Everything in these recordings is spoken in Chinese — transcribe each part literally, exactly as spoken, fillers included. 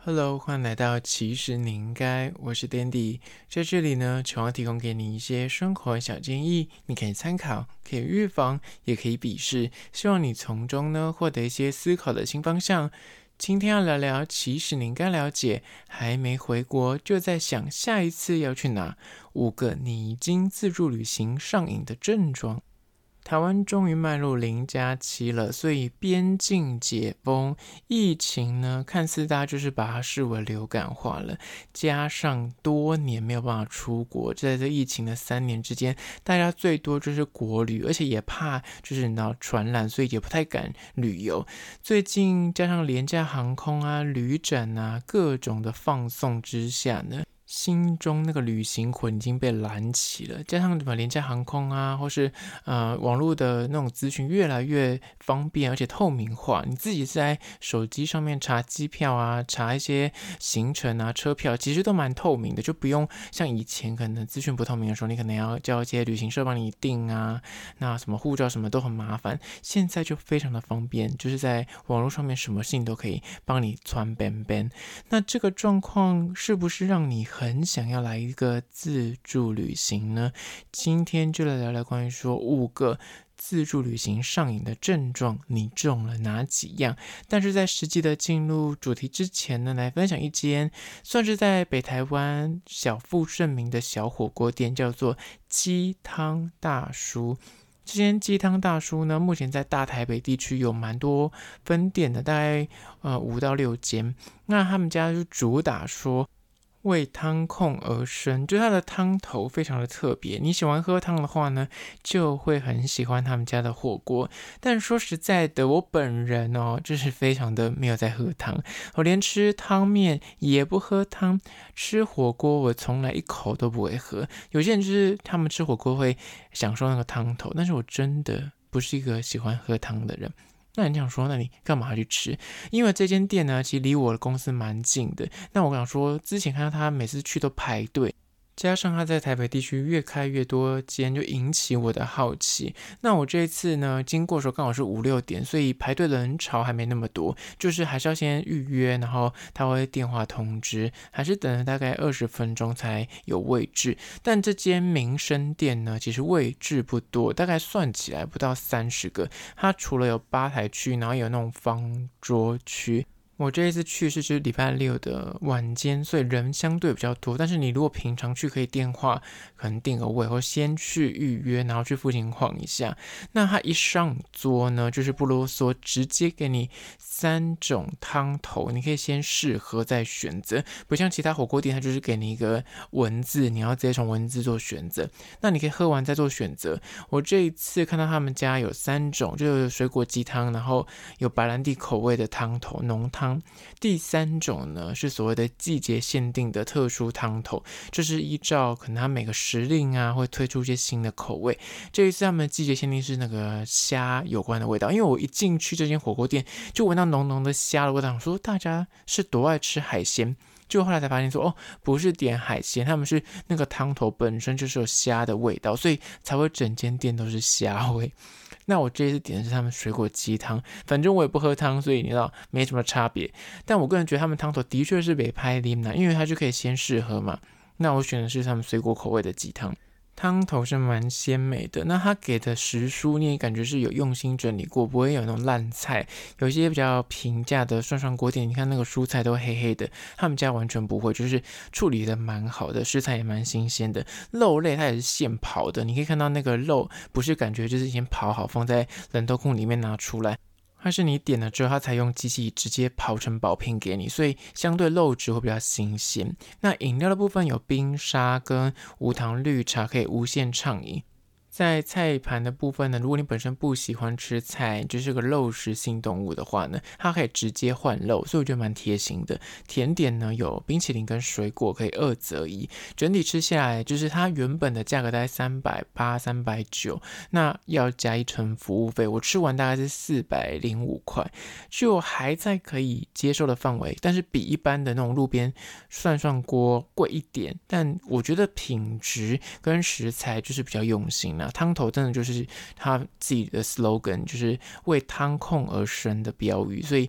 Hello，欢迎来到其实你应该，我是 Dandy，在这里呢，希望提供给你一些生活小建议，你可以参考，可以预防，也可以比视，希望你从中呢获得一些思考的新方向。今天要聊聊，其实你应该了解，还没回国就在想下一次要去哪，五个你已经自助旅行上瘾的症状。台湾终于迈入零加七了，所以边境解封，疫情呢看似大家就是把它视为流感化了，加上多年没有办法出国，在这疫情的三年之间，大家最多就是国旅，而且也怕就是你知道传染，所以也不太敢旅游。最近加上廉价航空啊、旅展啊各种的放送之下呢，心中那个旅行魂已经被燃起了，加上什么廉价航空啊，或是呃网络的那种资讯越来越方便，而且透明化，你自己在手机上面查机票啊，查一些行程啊、车票，其实都蛮透明的，就不用像以前可能资讯不透明的时候，你可能要叫一些旅行社帮你订啊，那什么护照什么都很麻烦，现在就非常的方便，就是在网络上面什么事情都可以帮你传便便。那这个状况是不是让你很想要来一个自助旅行呢？今天就来聊聊关于说五个自助旅行上瘾的症状，你中了哪几样？但是在实际的进入主题之前呢，来分享一间算是在北台湾小负盛名的小火锅店，叫做鸡汤大叔。这间鸡汤大叔呢，目前在大台北地区有蛮多分店的，大概呃五到六间。那他们家就主打说为汤控而生，就它的汤头非常的特别，你喜欢喝汤的话呢，就会很喜欢他们家的火锅。但说实在的，我本人哦，就是非常的没有在喝汤，我连吃汤面也不喝汤，吃火锅我从来一口都不会喝。有些人就是他们吃火锅会享受那个汤头，但是我真的不是一个喜欢喝汤的人。那你想说，那你干嘛去吃？因为这间店呢，其实离我的公司蛮近的。那我想说，之前看到他每次去都排队，加上他在台北地区越开越多间，就引起我的好奇。那我这一次呢，经过的时候刚好是五六点，所以排队的人潮还没那么多，就是还是要先预约，然后他会电话通知，还是等了大概二十分钟才有位置。但这间民生店呢，其实位置不多，大概算起来不到三十个。它除了有吧台区，然后有那种方桌区。我这一次去是就是礼拜六的晚间，所以人相对比较多。但是你如果平常去，可以电话可能订个位，或先去预约，然后去附近晃一下。那他一上桌呢，就是不啰嗦，直接给你三种汤头，你可以先试喝再选择。不像其他火锅店，它就是给你一个文字，你要直接从文字做选择。那你可以喝完再做选择。我这一次看到他们家有三种，就有水果鸡汤，然后有白兰地口味的汤头，浓汤。第三种呢是所谓的季节限定的特殊汤头，就是依照可能它每个时令啊会推出一些新的口味。这一次他们的季节限定是那个虾有关的味道，因为我一进去这间火锅店就闻到浓浓的虾的味道，想说大家是多爱吃海鲜。就后来才发现说，哦，不是点海鲜，他们是那个汤头本身就是有虾的味道，所以才会整间店都是虾味。那我这一次点的是他们水果鸡汤，反正我也不喝汤，所以你知道没什么差别。但我个人觉得他们汤头的确是没拍啉啦，因为它就可以先试喝嘛。那我选的是他们水果口味的鸡汤。汤头是蛮鲜美的，那他给的时蔬你也感觉是有用心整理过，不会有那种烂菜。有一些比较平价的涮涮锅店，你看那个蔬菜都黑黑的，他们家完全不会，就是处理的蛮好的，食材也蛮新鲜的。肉类它也是现刨的，你可以看到那个肉不是感觉就是先刨好放在冷冻库里面拿出来，它是你点了之后，它才用机器直接刨成薄片给你，所以相对肉质会比较新鲜。那饮料的部分有冰沙跟无糖绿茶，可以无限畅饮。在菜盘的部分呢，如果你本身不喜欢吃菜，就是个肉食性动物的话呢，它可以直接换肉，所以我觉得蛮贴心的。甜点呢有冰淇淋跟水果，可以二择一。整体吃下来，就是它原本的价格大概三百八、三百九，那要加一成服务费，我吃完大概是四百零五块，就还在可以接受的范围，但是比一般的那种路边涮涮锅贵一点，但我觉得品质跟食材就是比较用心啦。汤头真的就是他自己的 slogan， 就是为汤控而生的标语，所以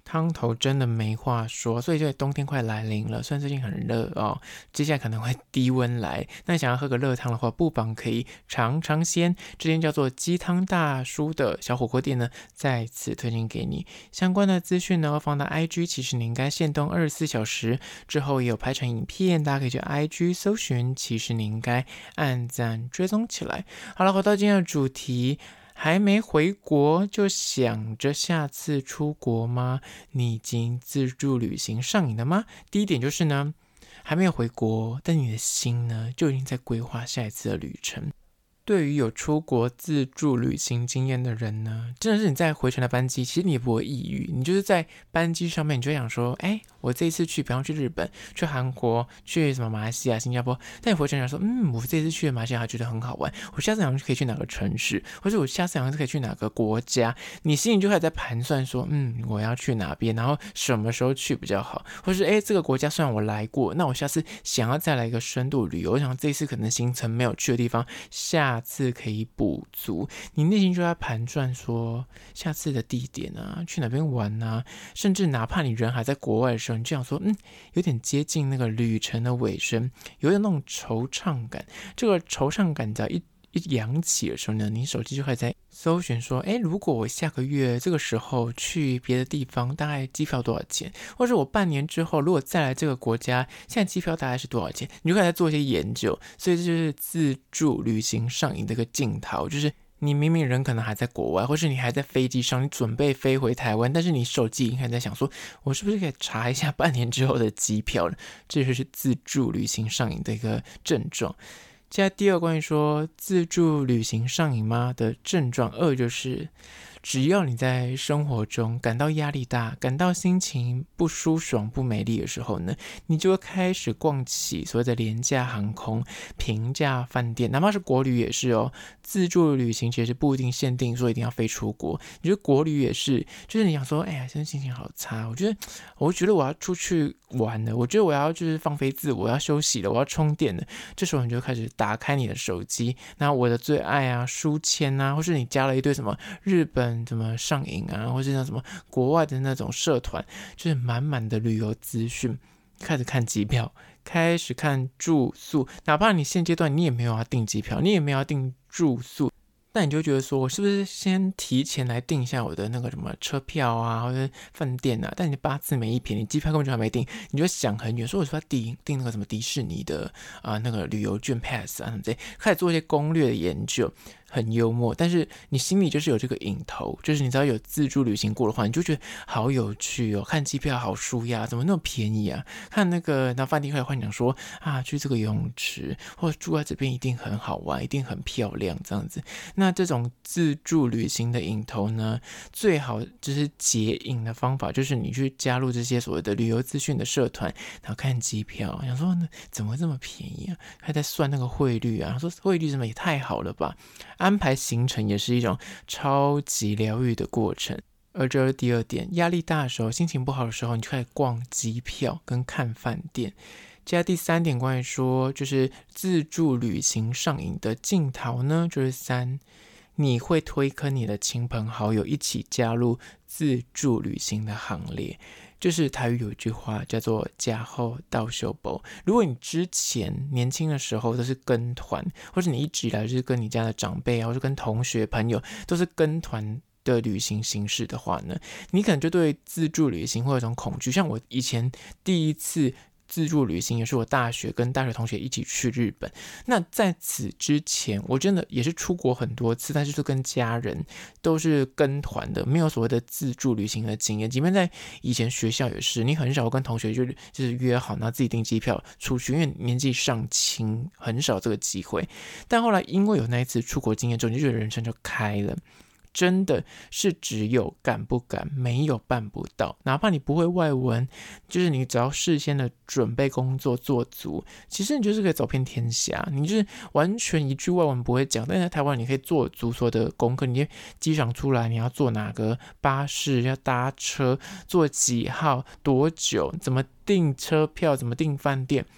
汤头真的没话说，所以这冬天快来临了，虽然最近很热哦，接下来可能会低温来，那想要喝个热汤的话，不妨可以尝尝鲜。这间叫做鸡汤大叔的小火锅店呢，在此推荐给你。相关的资讯呢，放到 I G， 其实你应该限动二十四小时之后也有拍成影片，大家可以去 I G 搜寻，其实你应该按赞追踪起来。好了，回到今天的主题。还没回国就想着下次出国吗？你已经自助旅行上瘾了吗？第一点就是呢，还没有回国，但你的心呢就已经在规划下一次的旅程。对于有出国自助旅行经验的人呢，真的是你在回程的班机，其实你也不会抑郁，你就是在班机上面，你就会想说，哎，我这一次去，比方去日本、去韩国、去什么马来西亚、新加坡，但你回程想说，嗯，我这一次去马来西亚还觉得很好玩，我下次好像可以去哪个城市，或者我下次好像可以去哪个国家，你心里就开始在盘算说，嗯，我要去哪边，然后什么时候去比较好，或是哎，这个国家虽然我来过，那我下次想要再来一个深度旅游，我想这一次可能行程没有去的地方，下次可以补足，你内心就在盘算说下次的地点啊，去哪边玩啊，甚至哪怕你人还在国外的时候，你就想说，嗯，有点接近那个旅程的尾声，有点那种惆怅感。这个惆怅感只要一一扬起的时候呢，你手机就会在搜寻说，哎，如果我下个月这个时候去别的地方，大概机票多少钱？或者我半年之后如果再来这个国家，现在机票大概是多少钱？你就开始做一些研究。所以这就是自助旅行上瘾的一个镜头，就是你明明人可能还在国外，或是你还在飞机上，你准备飞回台湾，但是你手机已经开始在想说，我是不是可以查一下半年之后的机票呢？这就是自助旅行上瘾的一个症状。接下来第二关于说自助旅行上瘾吗的症状二，就是只要你在生活中感到压力大，感到心情不舒爽不美丽的时候呢，你就会开始逛起所谓的廉价航空、平价饭店，哪怕是国旅也是哦。自助旅行其实不一定限定说一定要飞出国，你觉得国旅也是，就是你想说，哎呀，现在心情好差，我觉得，我觉得我要出去玩了，我觉得我要就是放飞自我，我要休息了，我要充电了。这时候你就开始打开你的手机，那我的最爱啊、书签啊，或是你加了一堆什么日本怎么上瘾啊，或是那什么国外的那种社团，就是满满的旅游资讯，开始看机票，开始看住宿，哪怕你现阶段你也没有要订机票，你也没有要订住宿，但你就觉得说，我是不是先提前来订一下我的那个什么车票啊，或者饭店啊？但你八字没一撇，你机票根本就还没订，你就想很远，说我是不是要订订那个什么迪士尼的啊、呃、那个旅游券 pass 啊什么之类，开始做一些攻略的研究。很幽默，但是你心里就是有这个瘾头，就是你只要有自助旅行过的话，你就觉得好有趣哦，看机票好舒压，怎么那么便宜啊？看那个那饭店会幻想说啊，去这个游泳池或者住在这边一定很好玩，一定很漂亮这样子。那这种自助旅行的瘾头呢，最好就是解瘾的方法，就是你去加入这些所谓的旅游资讯的社团，然后看机票，想说怎么这么便宜啊？还在算那个汇率啊，说汇率什么也太好了吧？安排行程也是一种超级疗愈的过程。而这是第二点，压力大的时候，心情不好的时候，你就开始逛机票跟看饭店。接下来第三点，关于说就是自助旅行上瘾的镜头呢，就是三，你会推坑你的亲朋好友一起加入自助旅行的行列。就是台语有一句话叫做假后到修补，如果你之前年轻的时候都是跟团，或者你一直以来就是跟你家的长辈啊，或是跟同学朋友都是跟团的旅行形式的话呢，你可能就对自助旅行会有一种恐惧。像我以前第一次自助旅行也是我大学跟大学同学一起去日本，那在此之前我真的也是出国很多次，但是就跟家人都是跟团的，没有所谓的自助旅行的经验。即便在以前学校也是，你很少跟同学就就是约好，然后自己订机票出去，因为年纪尚轻，很少这个机会。但后来因为有那一次出国经验之后，你就觉得人生就开了。真的是只有敢不敢，没有办不到。哪怕你不会外文，就是你只要事先的准备工作做足，其实你就是可以走遍天下。你就是完全一句外文不会讲，但是在台湾你可以做足所有的功课。你机场出来，你要坐哪个巴士，要搭车，坐几号，多久，怎么订车票，怎么订饭店。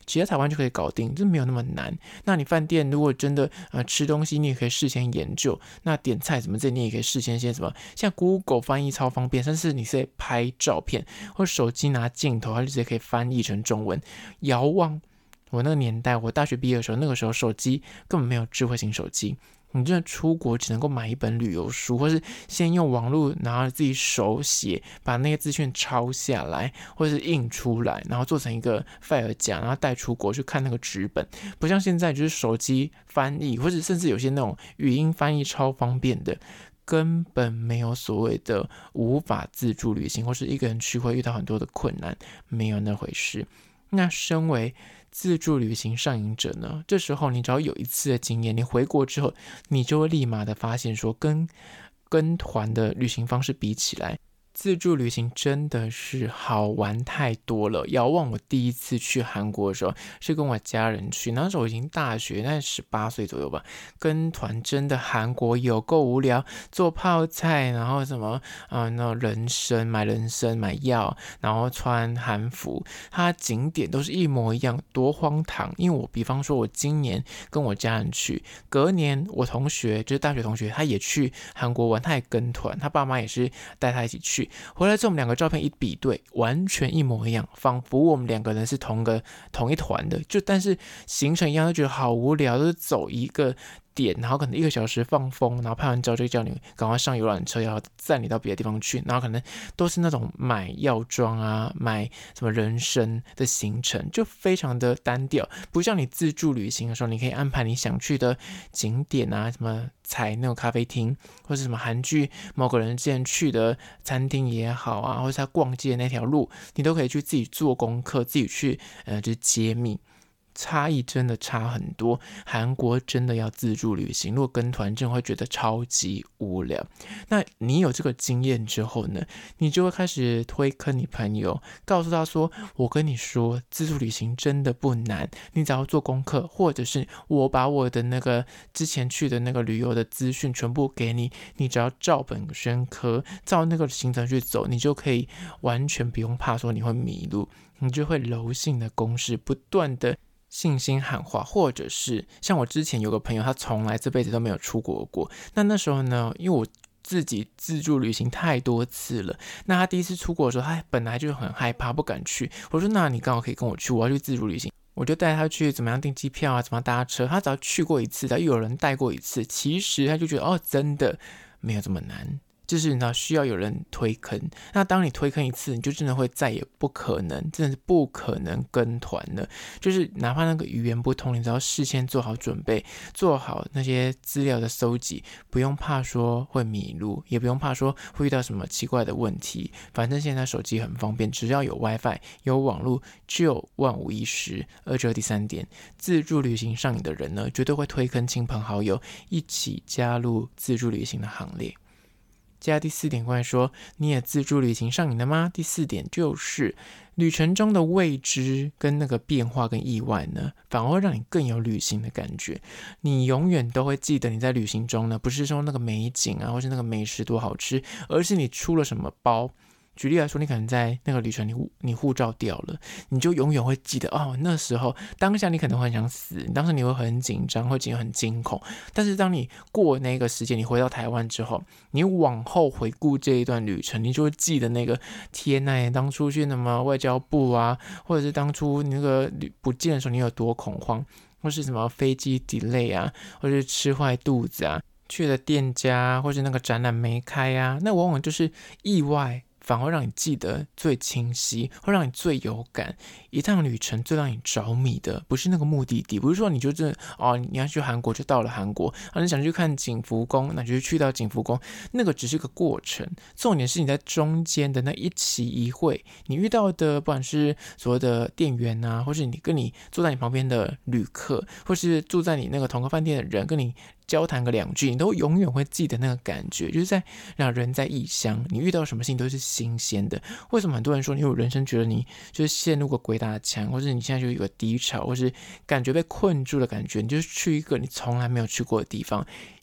其他台湾就可以搞定，这没有那么难。那你饭店如果真的呃吃东西，你也可以事先研究，那点菜什么这你也可以事先先什么，像 Google 翻译超方便，甚至你是拍照片或手机拿镜头，它就直接可以翻译成中文。遥望我那个年代，我大学毕业的时候，那个时候手机根本没有智慧型手机。你真的出国只能够买一本旅游书，或是先用网络拿着自己手写，把那些资讯抄下来，或是印出来，然后做成一个 file 夹，然后带出国去看那个纸本。不像现在就是手机翻译，或者甚至有些那种语音翻译超方便的，根本没有所谓的无法自助旅行，或是一个人去会遇到很多的困难，没有那回事。那身为自助旅行上瘾者呢，这时候你只要有一次的经验，你回国之后，你就会立马的发现说，跟跟团的旅行方式比起来，自助旅行真的是好玩太多了。遥望我第一次去韩国的时候，是跟我家人去，那时候我已经大学，那十八岁左右吧。跟团真的韩国有够无聊，做泡菜，然后什么呃那人参买人参买药，然后穿韩服，它景点都是一模一样，多荒唐。因为我比方说，我今年跟我家人去，隔年我同学就是大学同学，他也去韩国玩，他也跟团，他爸妈也是带他一起去。回来之后，我们两个照片一比对，完全一模一样，仿佛我们两个人是同个同一团的，就但是行程一样，都觉得好无聊，都是走一个点，然后可能一个小时放风，然后拍完照就叫你赶快上游览车，要载你到别的地方去，然后可能都是那种买药妆啊，买什么人参的行程，就非常的单调，不像你自助旅行的时候，你可以安排你想去的景点啊，什么采那种咖啡厅，或是什么韩剧某个人之前去的餐厅也好啊，或是他逛街的那条路，你都可以去自己做功课，自己去呃就是揭秘。差异真的差很多，韩国真的要自助旅行，如果跟团真的会觉得超级无聊。那你有这个经验之后呢，你就会开始推坑你朋友，告诉他说，我跟你说自助旅行真的不难，你只要做功课，或者是我把我的那个之前去的那个旅游的资讯全部给你，你只要照本宣科，照那个行程去走，你就可以完全不用怕说你会迷路，你就会柔性的攻势不断的信心喊话。或者是像我之前有个朋友，他从来这辈子都没有出国过，那那时候呢，因为我自己自助旅行太多次了，那他第一次出国的时候，他本来就很害怕不敢去，我说那你刚好可以跟我去，我要去自助旅行，我就带他去怎么样订机票啊，怎么样搭车，他只要去过一次，他又有人带过一次，其实他就觉得哦，真的没有这么难，就是你知道需要有人推坑。那当你推坑一次，你就真的会再也不可能，真的是不可能跟团了。就是哪怕那个语言不通，你只要事先做好准备，做好那些资料的搜集，不用怕说会迷路，也不用怕说会遇到什么奇怪的问题。反正现在手机很方便，只要有 WiFi 有网络，就万无一失。而这第三点，自助旅行上瘾的人呢，绝对会推坑亲朋好友一起加入自助旅行的行列。接下来第四点，关于说你也自助旅行上瘾了吗？第四点就是旅程中的未知跟那个变化跟意外呢，反而会让你更有旅行的感觉。你永远都会记得你在旅行中呢，不是说那个美景啊，或是那个美食多好吃，而是你出了什么包。举例来说，你可能在那个旅程你你护照掉了，你就永远会记得哦，那时候当下你可能会很想死，当时你会很紧张，会觉得很惊恐。但是当你过那个时间，你回到台湾之后，你往后回顾这一段旅程，你就会记得那个天哪，当初去什么外交部啊，或者是当初你那个不见的时候，你有多恐慌，或是什么飞机 delay 啊，或是吃坏肚子啊，去的店家或是那个展览没开啊，那往往就是意外。反而会让你记得最清晰，会让你最有感。一趟旅程最让你着迷的，不是那个目的地，不是说你就真的哦，你要去韩国就到了韩国，啊，你想去看景福宫，那就去到景福宫，那个只是个过程。重点是你在中间的那一期一会，你遇到的不管是所谓的店员啊，或是你跟你坐在你旁边的旅客，或是住在你那个同个饭店的人，跟你交谈个两句，你都永远会记得那个感觉，就是在让人在异乡，你遇到什么事情都是新鲜的。为什么很多人说你有人生觉得你就是陷入个鬼打墙，或是你现在就有一个低潮，或是感觉被困住的感觉，你就去一个你从来没有去过的地方，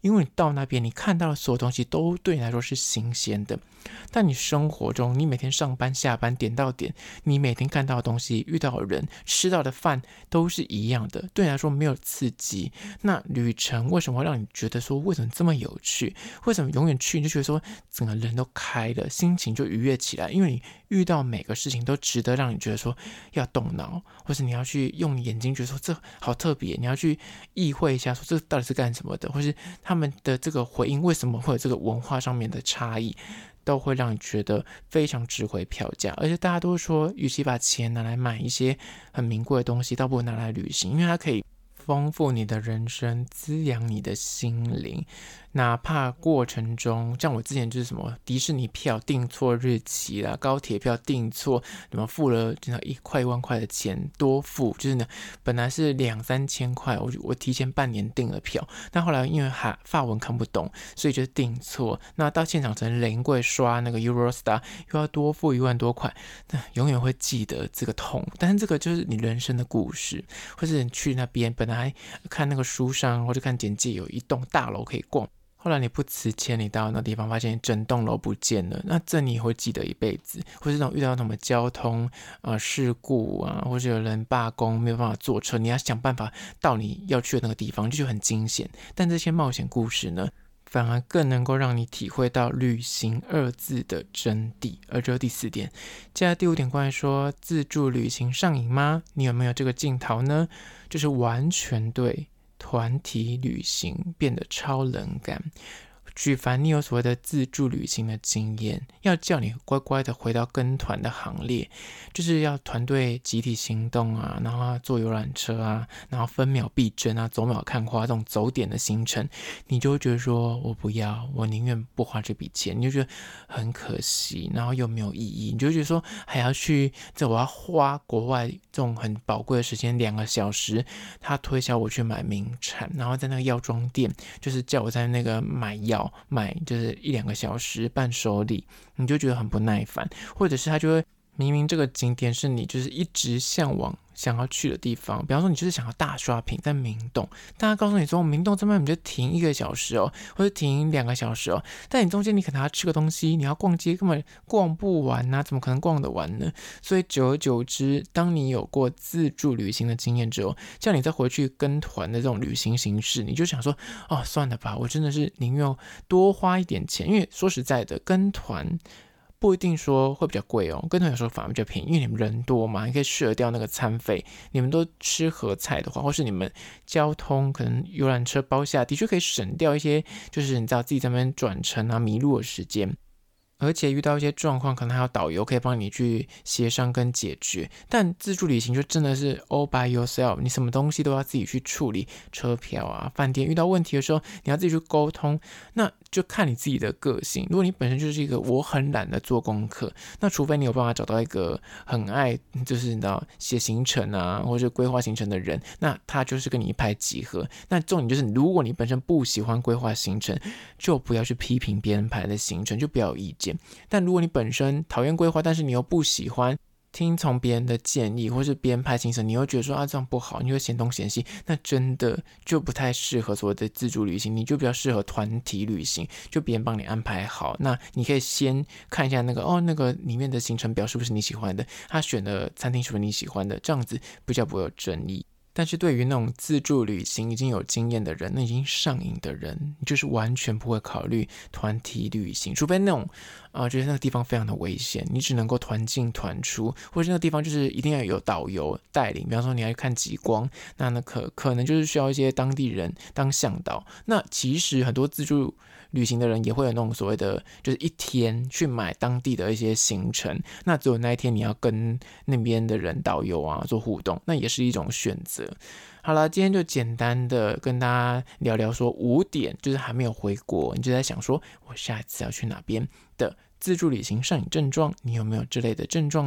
因为你到那边你看到的所有东西都对你来说是新鲜的。但你生活中，你每天上班下班点到点，你每天看到的东西、遇到的人、吃到的饭都是一样的，对你来说没有刺激。那旅程为什么会让你觉得说为什么这么有趣？为什么永远去你就觉得说整个人都开了，心情就愉悦起来？因为你遇到每个事情都值得让你觉得说要动脑，或是你要去用眼睛觉得说这好特别，你要去意会一下说这到底是干什么的，或是他们的这个回应为什么会有这个文化上面的差异，都会让你觉得非常值回票价。而且大家都说，与其把钱拿来买一些很名贵的东西，倒不如拿来旅行，因为它可以丰富你的人生，滋养你的心灵。哪怕过程中，像我之前就是什么迪士尼票订错日期啦，高铁票订错，什么付了一快一万块的钱多付，就是呢本来是两三千块，我我提前半年订了票，但后来因为哈法文看不懂，所以就订错。那到现场成临柜刷那个 Eurostar 又要多付一万多块，那永远会记得这个痛。但是这个就是你人生的故事，或是你去那边本来看那个书上或者看简介有一栋大楼可以逛。后来你不辞千里到那地方，发现整栋楼不见了，那这你也会记得一辈子。或是那种遇到什么交通、呃、事故啊，或是有人罢工没有办法坐车，你要想办法到你要去的那个地方，就觉得很惊险。但这些冒险故事呢，反而更能够让你体会到旅行二字的真谛。而这是第四点。接下来第五点，关于说自助旅行上瘾吗？你有没有这个镜头呢？就是完全对团体旅行变得超冷感。举凡你有所谓的自助旅行的经验，要叫你乖乖的回到跟团的行列，就是要团队集体行动啊，然后坐游览车啊，然后分秒必争啊，走秒看花这种走点的行程，你就会觉得说我不要，我宁愿不花这笔钱，你就觉得很可惜，然后又没有意义，你就觉得说还要去这我要花国外这种很宝贵的时间两个小时，他推销我去买名产，然后在那个药妆店就是叫我在那个买药买就是一两个小时伴手礼，你就觉得很不耐烦。或者是他就会明明这个景点是你就是一直向往想要去的地方，比方说你就是想要大刷屏在明洞，大家告诉你说明洞这边你就停一个小时哦，或者停两个小时哦，但你中间你可能要吃个东西，你要逛街根本逛不完啊，怎么可能逛得完呢？所以久而久之，当你有过自助旅行的经验之后，叫你再回去跟团的这种旅行形式，你就想说哦算了吧，我真的是宁愿多花一点钱，因为说实在的跟团不一定说会比较贵哦，跟团有时候反而比较便宜，因为你们人多嘛，你可以削掉那个餐费。你们都吃合菜的话，或是你们交通可能游览车包下，的确可以省掉一些，就是你知道自己在那边转乘啊迷路的时间。而且遇到一些状况，可能还有导游可以帮你去协商跟解决。但自助旅行就真的是 all by yourself， 你什么东西都要自己去处理，车票啊、饭店遇到问题的时候，你要自己去沟通，那就看你自己的个性。如果你本身就是一个我很懒得做功课，那除非你有办法找到一个很爱就是你知道写行程啊，或者规划行程的人，那他就是跟你一拍即合。那重点就是，如果你本身不喜欢规划行程，就不要去批评别人排的行程，就不要有意见。但如果你本身讨厌规划，但是你又不喜欢听从别人的建议，或是别人排行程，你又觉得说啊这样不好，你会嫌东嫌西，那真的就不太适合所谓的自助旅行，你就比较适合团体旅行，就别人帮你安排好。那你可以先看一下那个哦，那个里面的行程表是不是你喜欢的，他选的餐厅是不是你喜欢的，这样子比较不会有争议。但是对于那种自助旅行已经有经验的人，那已经上瘾的人，你就是完全不会考虑团体旅行，除非那种啊、呃，觉得那个地方非常的危险，你只能够团进团出，或者那个地方就是一定要有导游带领，比方说你要去看极光，那那可可能就是需要一些当地人当向导。那其实很多自助旅行的人也会有那种所谓的，就是一天去买当地的一些行程，那只有那一天你要跟那边的人导游啊做互动，那也是一种选择。好了，今天就简单的跟大家聊聊说五点，就是还没有回国，你就在想说我下一次要去哪边的自助旅行上瘾症状，你有没有这类的症状呢？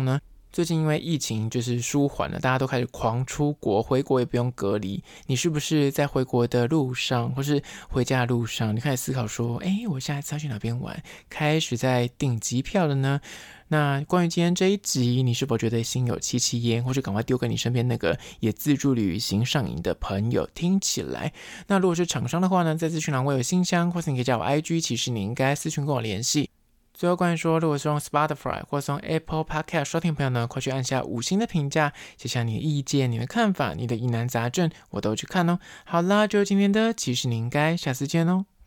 最近因为疫情就是舒缓了，大家都开始狂出国，回国也不用隔离。你是不是在回国的路上，或是回家的路上，你开始思考说，哎，我下一次要去哪边玩？开始在订机票了呢？那关于今天这一集，你是否觉得心有戚戚焉，或是赶快丢给你身边那个也自助旅行上瘾的朋友听起来？那如果是厂商的话呢，在资讯栏我有信箱，或是你可以加我 I G， 其实你应该私讯跟我联系。最后关于说，如果是用 Spotify 或是用 Apple Podcast 收听的朋友呢，快去按下五星的评价，写下你的意见、你的看法、你的疑难杂症，我都去看哦。好啦，就是今天的，其实你应该下次见哦。